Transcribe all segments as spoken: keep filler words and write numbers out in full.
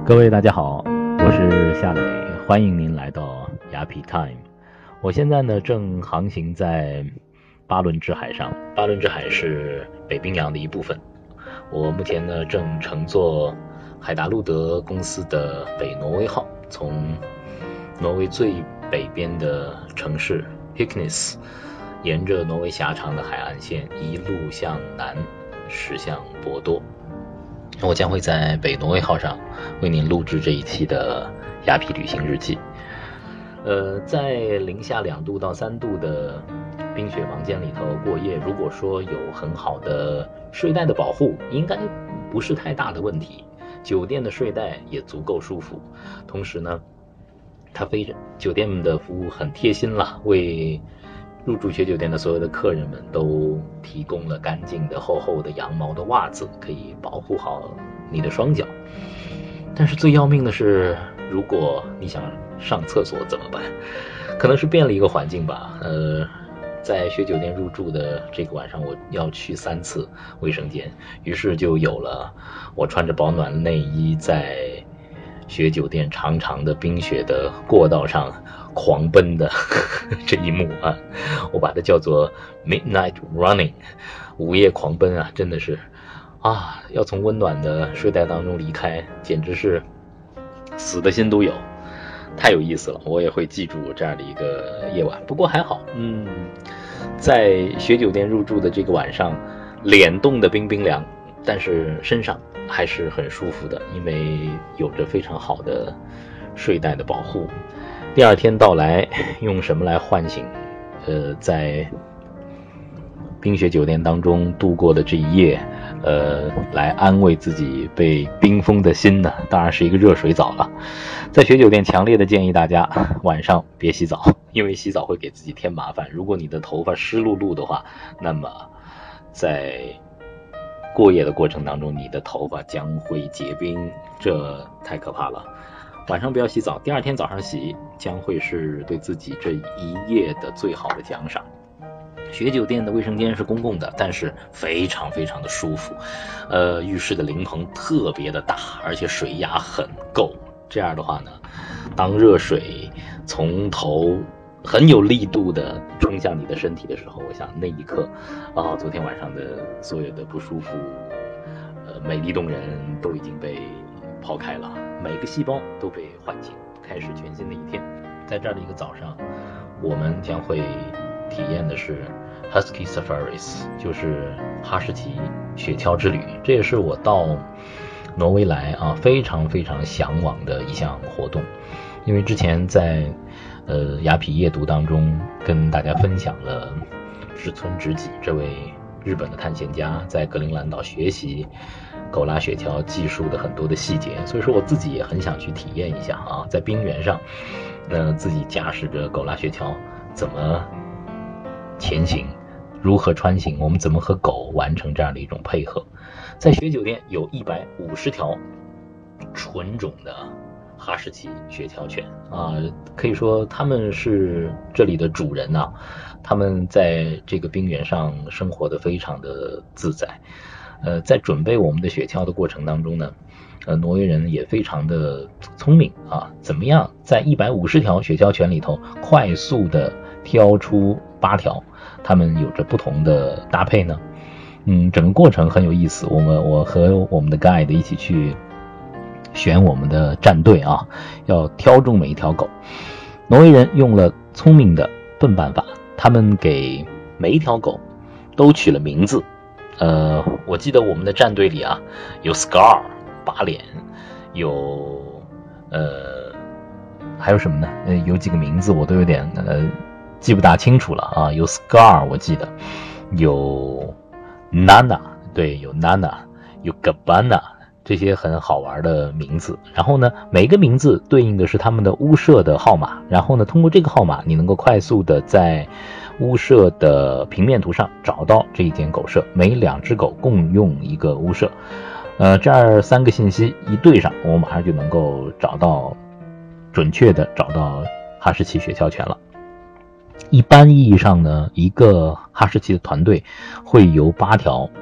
各位大家好，我是夏磊，欢迎您来到雅痞 Time。我现在呢正航行在巴伦支海上，巴伦支海是北冰洋的一部分。我目前呢正乘坐海达路德公司的北挪威号，从挪威最北边的城市 Hiknes， 沿着挪威狭长的海岸线一路向南驶向博多。我将会在北挪威号上为您录制这一期的雅痞旅行日记。呃，在零下两度到三度的冰雪房间里头过夜，如果说有很好的睡袋的保护，应该不是太大的问题。酒店的睡袋也足够舒服，同时呢，它非常酒店的服务很贴心啦，为入住雪酒店的所有的客人们都提供了干净的厚厚的羊毛的袜子，可以保护好你的双脚。但是最要命的是，如果你想上厕所怎么办？可能是变了一个环境吧。呃，在雪酒店入住的这个晚上，我要去三次卫生间，于是就有了我穿着保暖内衣在雪酒店长长的冰雪的过道上狂奔的这一幕啊，我把它叫做 Midnight Running， 午夜狂奔啊，真的是啊，要从温暖的睡袋当中离开，简直是死的心都有，太有意思了。我也会记住这样的一个夜晚。不过还好，嗯，在雪酒店入住的这个晚上，脸冻得冰冰凉，但是身上还是很舒服的，因为有着非常好的睡袋的保护。第二天到来，用什么来唤醒呃，在冰雪酒店当中度过的这一夜，呃，来安慰自己被冰封的心呢？当然是一个热水澡了。在雪酒店强烈的建议大家晚上别洗澡，因为洗澡会给自己添麻烦。如果你的头发湿漉漉的话，那么在过夜的过程当中，你的头发将会结冰，这太可怕了。晚上不要洗澡，第二天早上洗将会是对自己这一夜的最好的奖赏。雪酒店的卫生间是公共的，但是非常非常的舒服。呃，浴室的淋棚特别的大，而且水压很够。这样的话呢，当热水从头很有力度的冲向你的身体的时候，我想那一刻啊，昨天晚上的所有的不舒服，呃，美丽动人都已经被抛开了，每个细胞都被唤醒，开始全新的一天。在这儿的一个早上，我们将会体验的是 Husky Safaris， 就是哈士奇雪橇之旅。这也是我到挪威来啊非常非常向往的一项活动。因为之前在呃雅痞夜读当中跟大家分享了志村直己这位日本的探险家在格陵兰岛学习狗拉雪橇技术的很多的细节，所以说我自己也很想去体验一下啊，在冰原上呃自己驾驶着狗拉雪橇怎么前行，如何穿行，我们怎么和狗完成这样的一种配合。在雪酒店有一百五十条纯种的哈士奇雪橇犬啊，可以说他们是这里的主人啊，他们在这个冰原上生活的非常的自在。呃，在准备我们的雪橇的过程当中呢，呃，挪威人也非常的聪明啊，怎么样在一百五十条雪橇犬里头快速的挑出八条，他们有着不同的搭配呢？嗯，整个过程很有意思。我们我和我们的 guide 一起去选我们的战队啊，要挑中每一条狗。挪威人用了聪明的笨办法，他们给每一条狗都取了名字。呃，我记得我们的战队里啊，有 Scar 八脸，有呃还有什么呢？呃，有几个名字我都有点呃记不大清楚了啊。有 Scar 我记得，有 Nana， 对，有 Nana， 有 Gabbana， 这些很好玩的名字。然后呢，每个名字对应的是他们的屋舍的号码，然后呢，通过这个号码，你能够快速的在屋舍的平面图上找到这一间狗舍，每两只狗共用一个屋舍。呃，这儿三个信息一对上，我马上就能够找到，准确的找到哈士奇雪橇犬了。一般意义上呢，一个哈士奇的团队会由八条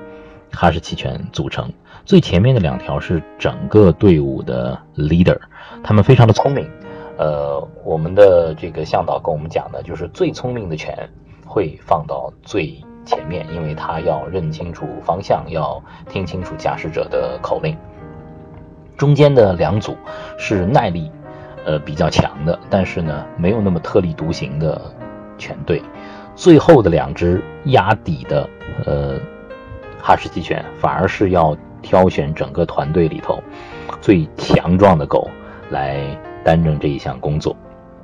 哈士奇犬组成。最前面的两条是整个队伍的 leader， 他们非常的聪明。呃，我们的这个向导跟我们讲的就是最聪明的犬会放到最前面，因为他要认清楚方向，要听清楚驾驶者的口令。中间的两组是耐力呃比较强的，但是呢没有那么特立独行的犬队。最后的两只压底的呃哈士奇犬反而是要挑选整个团队里头最强壮的狗来担任这一项工作。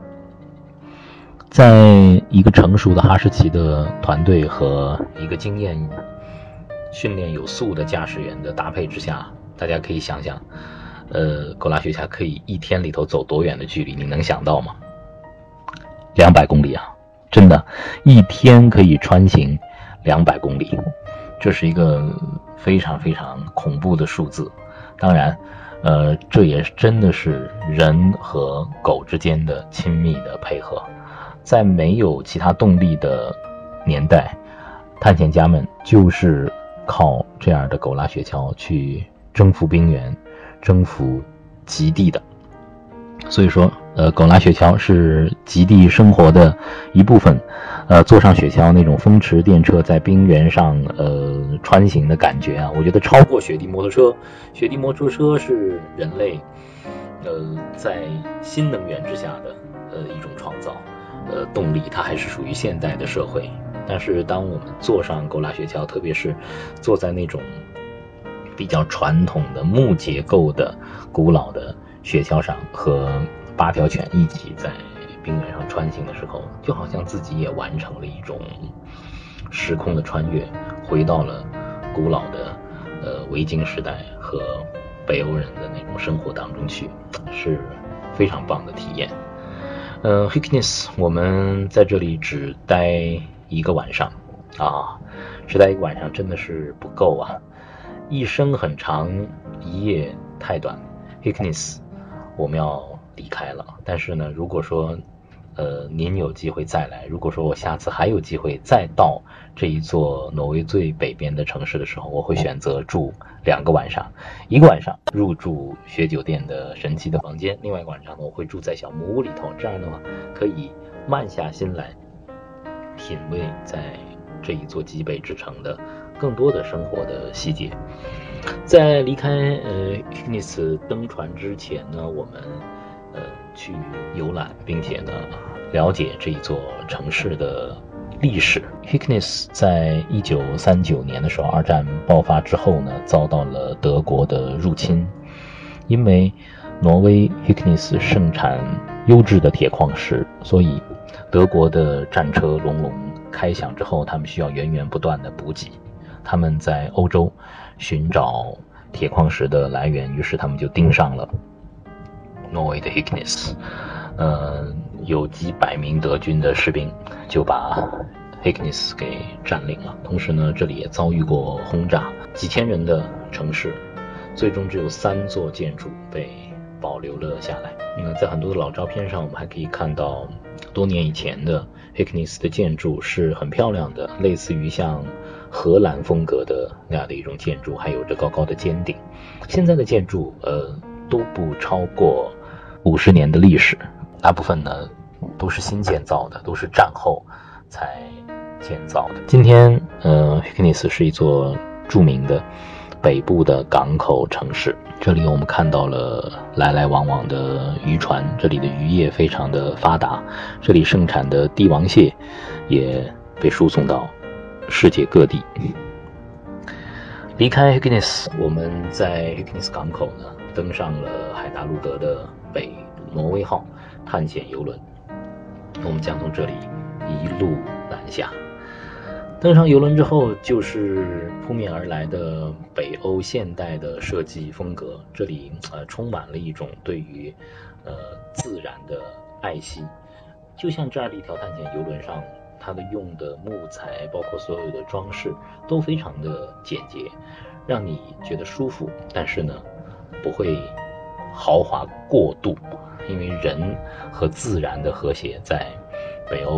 在一个成熟的哈士奇的团队和一个经验训练有素的驾驶员的搭配之下，大家可以想想呃，狗拉雪橇可以一天里头走多远的距离，你能想到吗？两百公里啊，真的，一天可以穿行两百公里，这是一个非常非常恐怖的数字。当然，呃，这也真的是人和狗之间的亲密的配合。在没有其他动力的年代，探险家们就是靠这样的狗拉雪橇去征服冰原，征服极地的。所以说呃，狗拉雪橇是极地生活的一部分。呃，坐上雪橇那种风驰电掣在冰原上呃穿行的感觉啊，我觉得超过雪地摩托车。雪地摩托车是人类呃在新能源之下的呃一种创造，呃动力它还是属于现代的社会。但是当我们坐上狗拉雪橇，特别是坐在那种比较传统的木结构的古老的雪橇上，和八条犬一起在冰原上穿行的时候，就好像自己也完成了一种时空的穿越，回到了古老的呃维京时代和北欧人的那种生活当中去，是非常棒的体验。呃 Hiknes 我们在这里只待一个晚上啊，只待一个晚上真的是不够啊，一生很长，一夜太短。Hiknes 我们要离开了，但是呢，如果说呃您有机会再来，如果说我下次还有机会再到这一座挪威最北边的城市的时候，我会选择住两个晚上。一个晚上入住雪酒店的神奇的房间，另外一个晚上呢，我会住在小木屋里头，这样的话可以慢下心来品味在这一座极北之城的更多的生活的细节。在离开呃 Hiknes 登船之前呢，我们呃去游览，并且呢了解这一座城市的历史。Hiknes 在一九三九年的时候，二战爆发之后呢，遭到了德国的入侵。因为挪威 Hiknes 盛产优质的铁矿石，所以德国的战车隆隆开响之后，他们需要源源不断的补给。他们在欧洲寻找铁矿石的来源，于是他们就盯上了挪威的 Hiknes。呃，有几百名德军的士兵就把 Hiknes 给占领了。同时呢，这里也遭遇过轰炸，几千人的城市最终只有三座建筑被保留了下来。那在很多的老照片上，我们还可以看到多年以前的 Hiknes 的建筑是很漂亮的，类似于像荷兰风格的那样的一种建筑，还有着高高的尖顶。现在的建筑呃都不超过五十年的历史，大部分呢都是新建造的，都是战后才建造的。今天呃 Hiknes 是一座著名的北部的港口城市，这里我们看到了来来往往的渔船，这里的渔业非常的发达，这里盛产的帝王蟹也被输送到世界各地。离开 Hiknes， 我们在 Hiknes 港口呢登上了海达路德的北挪威号探险游轮，我们将从这里一路南下。登上游轮之后，就是扑面而来的北欧现代的设计风格，这里呃充满了一种对于呃自然的爱惜。就像这样的一条探险游轮上，它的用的木材包括所有的装饰都非常的简洁，让你觉得舒服，但是呢不会豪华过度，因为人和自然的和谐在北欧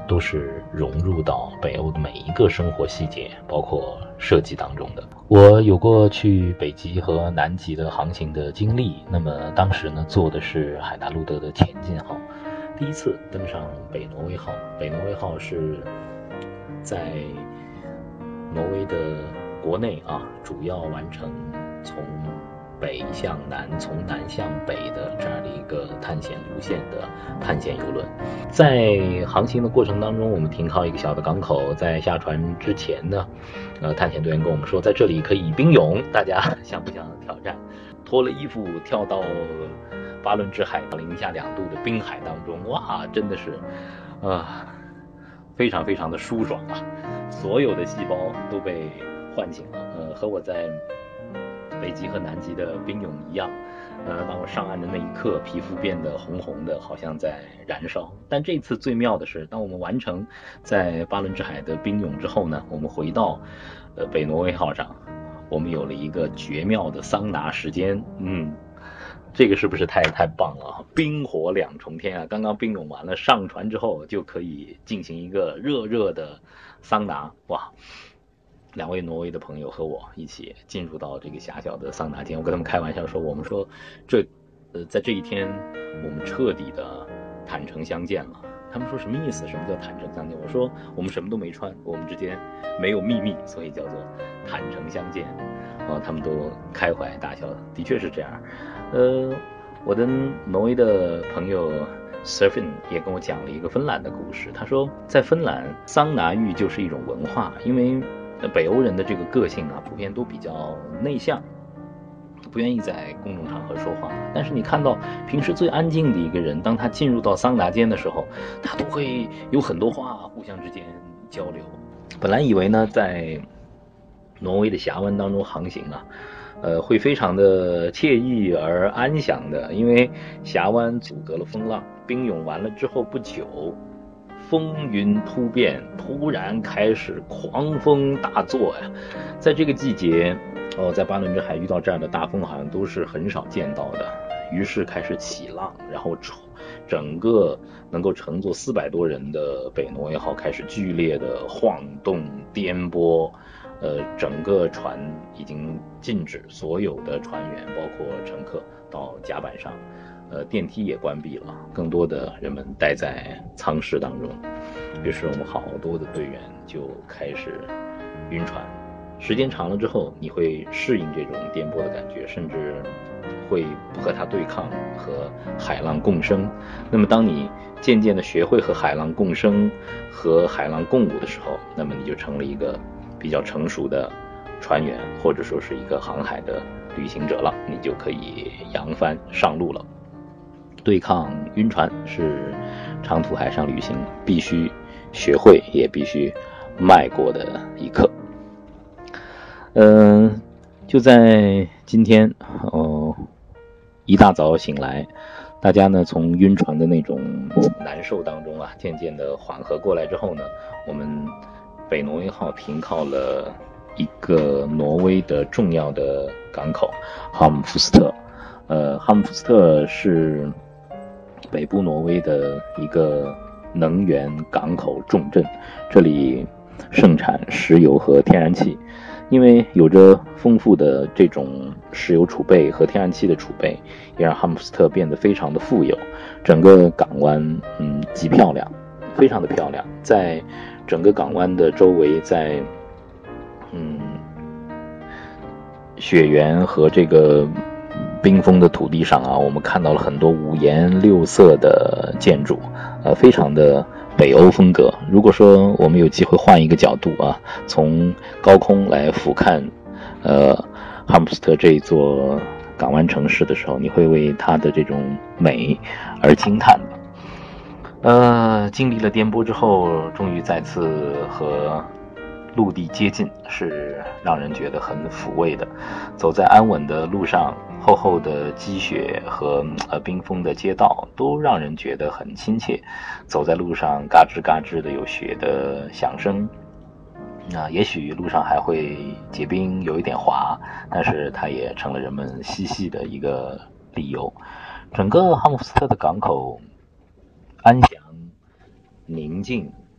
都是融入到北欧的每一个生活细节，包括设计当中的。我有过去北极和南极的航行的经历，那么当时呢坐的是海纳路德的前进号，第一次登上北挪威号。北挪威号是在挪威的国内啊，主要完成从北向南、从南向北的这样的一个探险路线的探险游轮。在航行的过程当中，我们停靠一个小的港口，在下船之前呢，呃，探险队员跟我们说，在这里可以冰泳，大家想不想挑战？脱了衣服跳到巴伦支海零下两度的冰海当中，哇，真的是，呃，非常非常的舒爽啊！所有的细胞都被唤醒了，呃，和我在北极和南极的冰泳一样，呃，当我上岸的那一刻，皮肤变得红红的，好像在燃烧。但这次最妙的是，当我们完成在巴伦支海的冰泳之后呢，我们回到呃北挪威号上，我们有了一个绝妙的桑拿时间。嗯，这个是不是太太棒了？冰火两重天啊！刚刚冰泳完了，上船之后就可以进行一个热热的桑拿，哇！两位挪威的朋友和我一起进入到这个狭小的桑拿间，我跟他们开玩笑说，我们说这呃在这一天我们彻底的坦诚相见了。他们说什么意思？什么叫坦诚相见？我说我们什么都没穿，我们之间没有秘密，所以叫做坦诚相见。哦，他们都开怀大笑，的确是这样。呃，我的挪威的朋友 Surfin 也跟我讲了一个芬兰的故事。他说，在芬兰，桑拿浴就是一种文化，因为北欧人的这个个性啊，普遍都比较内向，不愿意在公众场合说话。但是你看到平时最安静的一个人，当他进入到桑拿间的时候，他都会有很多话互相之间交流。本来以为呢，在挪威的峡湾当中航行啊，呃，会非常的惬意而安详的，因为峡湾阻隔了风浪。冰泳完了之后不久，风云突变，突然开始狂风大作呀！在这个季节，哦，在巴伦支海遇到这样的大风好像都是很少见到的。于是开始起浪，然后整个能够乘坐四百多人的北挪威号开始剧烈的晃动颠簸。呃，整个船已经禁止所有的船员，包括乘客到甲板上。呃，电梯也关闭了，更多的人们待在舱室当中。于是我们好多的队员就开始晕船。时间长了之后，你会适应这种颠簸的感觉，甚至会和它对抗，和海浪共生。那么当你渐渐的学会和海浪共生，和海浪共舞的时候，那么你就成了一个比较成熟的船员，或者说是一个航海的旅行者了，你就可以扬帆上路了。对抗晕船是长途海上旅行必须学会也必须迈过的一课。嗯、呃，就在今天哦，一大早醒来，大家呢从晕船的那种难受当中啊，渐渐的缓和过来之后呢，我们北挪威号停靠了一个挪威的重要的港口哈姆福斯特。呃，哈姆福斯特是北部挪威的一个能源港口重镇，这里盛产石油和天然气。因为有着丰富的这种石油储备和天然气的储备，也让哈姆斯特变得非常的富有。整个港湾嗯极漂亮，非常的漂亮。在整个港湾的周围，在嗯雪原和这个冰封的土地上啊，我们看到了很多五颜六色的建筑，呃，非常的北欧风格。如果说我们有机会换一个角度啊，从高空来俯瞰，呃，哈姆斯特这一座港湾城市的时候，你会为它的这种美而惊叹的。呃，经历了颠簸之后，终于再次和陆地接近，是让人觉得很抚慰的。走在安稳的路上，厚厚的积雪和呃冰封的街道都让人觉得很亲切。走在路上，嘎吱嘎吱的有雪的响声。啊，也许路上还会结冰，有一点滑，但是它也成了人们嬉戏的一个理由。整个哈姆斯特的港口安详、宁静、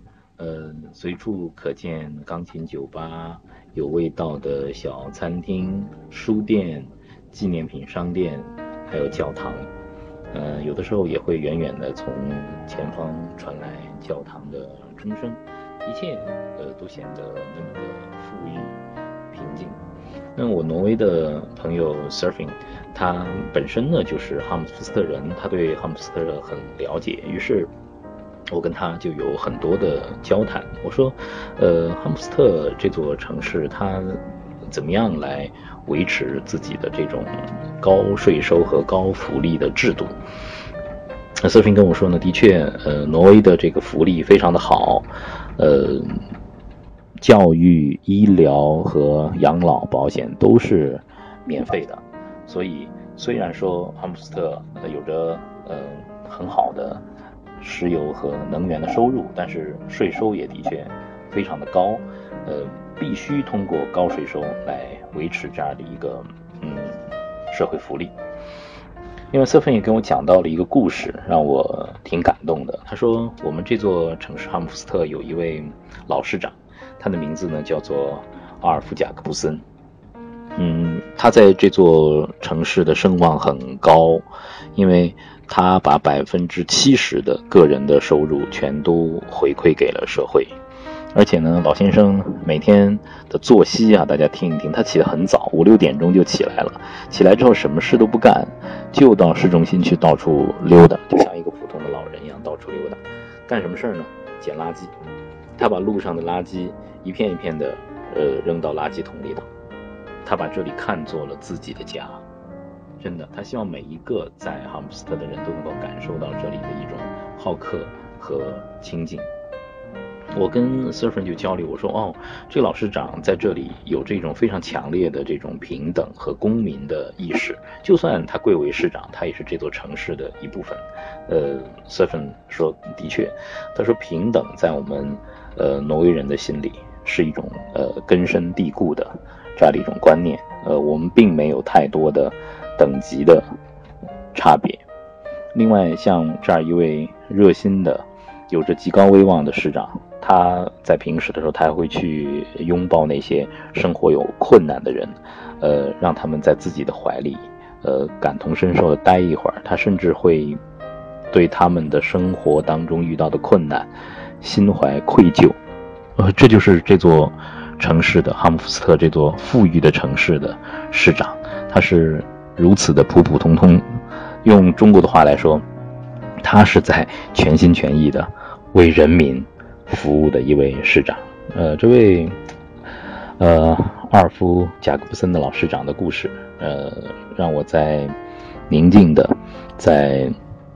呃，随处可见钢琴酒吧、有味道的小餐厅、书店、纪念品商店，还有教堂。呃，有的时候也会远远的从前方传来教堂的钟声，一切呃都显得那么的富裕平静。那我挪威的朋友 Surfing， 他本身呢就是哈姆斯特人，他对哈姆斯特很了解，于是我跟他就有很多的交谈。我说，呃，哈姆斯特这座城市，它怎么样来维持自己的这种高税收和高福利的制度？那 Surfing 跟我说呢，的确，呃，挪威的这个福利非常的好，呃。教育、医疗和养老保险都是免费的，所以虽然说哈姆斯特有着呃很好的石油和能源的收入，但是税收也的确非常的高，呃，必须通过高税收来维持这样的一个嗯社会福利。因为瑟芬也跟我讲到了一个故事，让我挺感动的。他说，我们这座城市哈姆斯特有一位老市长。他的名字呢叫做阿尔夫·贾克布森，嗯，他在这座城市的声望很高，因为他把百分之七十的个人的收入全都回馈给了社会。而且呢，老先生每天的作息啊，大家听一听，他起得很早，五六点钟就起来了。起来之后什么事都不干，就到市中心去到处溜达，就像一个普通的老人一样到处溜达。干什么事呢？捡垃圾。他把路上的垃圾一片一片的呃扔到垃圾桶里头，他把这里看作了自己的家。真的，他希望每一个在哈姆斯特的人都能够感受到这里的一种好客和亲近。我跟 Surfing 就交流，我说哦，这个老市长在这里有这种非常强烈的这种平等和公民的意识，就算他贵为市长，他也是这座城市的一部分。呃 Surfing 说的确，他说平等在我们呃挪威人的心里是一种呃根深蒂固的这样的一种观念，呃我们并没有太多的等级的差别。另外像这样一位热心的有着极高威望的市长，他在平时的时候他还会去拥抱那些生活有困难的人，呃让他们在自己的怀里呃感同身受的待一会儿，他甚至会对他们的生活当中遇到的困难心怀愧疚。呃，这就是这座城市的哈姆斯特这座富裕的城市的市长，他是如此的普普通通，用中国的话来说，他是在全心全意的为人民服务的一位市长。呃，这位呃阿尔夫·贾克布森的老市长的故事，呃，让我在宁静的在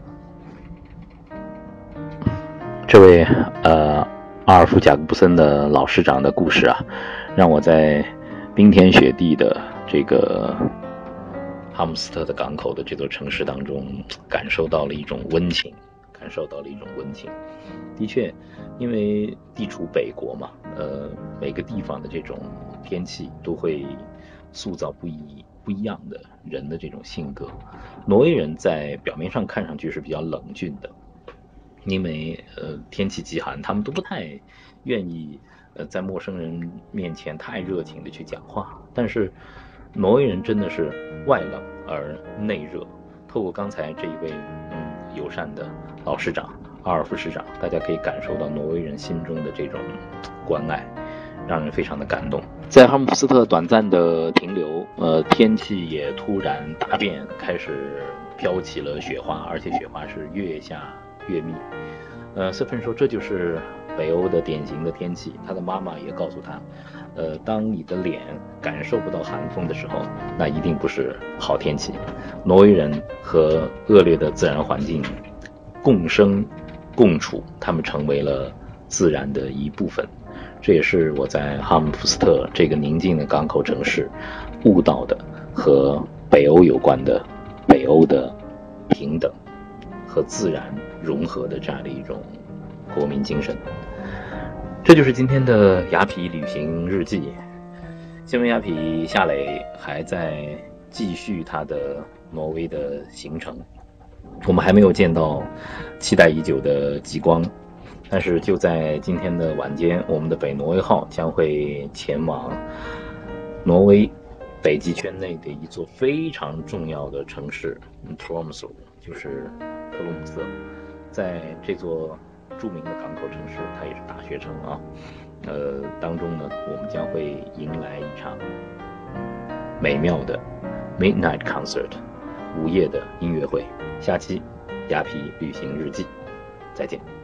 这位呃阿尔夫·贾克布森的老市长的故事啊，让我在冰天雪地的这个哈姆斯特的港口的这座城市当中，感受到了一种温情，感受到了一种温情。的确，因为地处北国嘛，呃，每个地方的这种天气都会塑造不一不一样的人的这种性格。挪威人在表面上看上去是比较冷峻的，因为呃天气极寒，他们都不太愿意呃在陌生人面前太热情的去讲话。但是挪威人真的是外冷而内热。透过刚才这一位嗯友善的老市长阿尔夫市长，大家可以感受到挪威人心中的这种关爱，让人非常的感动。在哈姆斯特短暂的停留，呃，天气也突然大变，开始飘起了雪花，而且雪花是越下越密。呃，瑟芬说这就是北欧的典型的天气。他的妈妈也告诉他，呃，当你的脸感受不到寒风的时候，那一定不是好天气。挪威人和恶劣的自然环境共生共处，他们成为了自然的一部分。这也是我在哈姆斯特这个宁静的港口城市悟到的和北欧有关的北欧的平等和自然融合的这样的一种国民精神。这就是今天的雅痞旅行日记。新闻雅痞夏磊还在继续他的挪威的行程，我们还没有见到期待已久的极光， 但是就在今天的晚间，我们的北挪威号将会前往挪威北极圈内的一座非常重要的城市 Tromsø， 就是特鲁姆瑟。在这座著名的港口城市，它也是大学城啊。呃，当中呢，我们将会迎来一场美妙的 Midnight Concert， 午夜的音乐会。下期雅痞旅行日记，再见。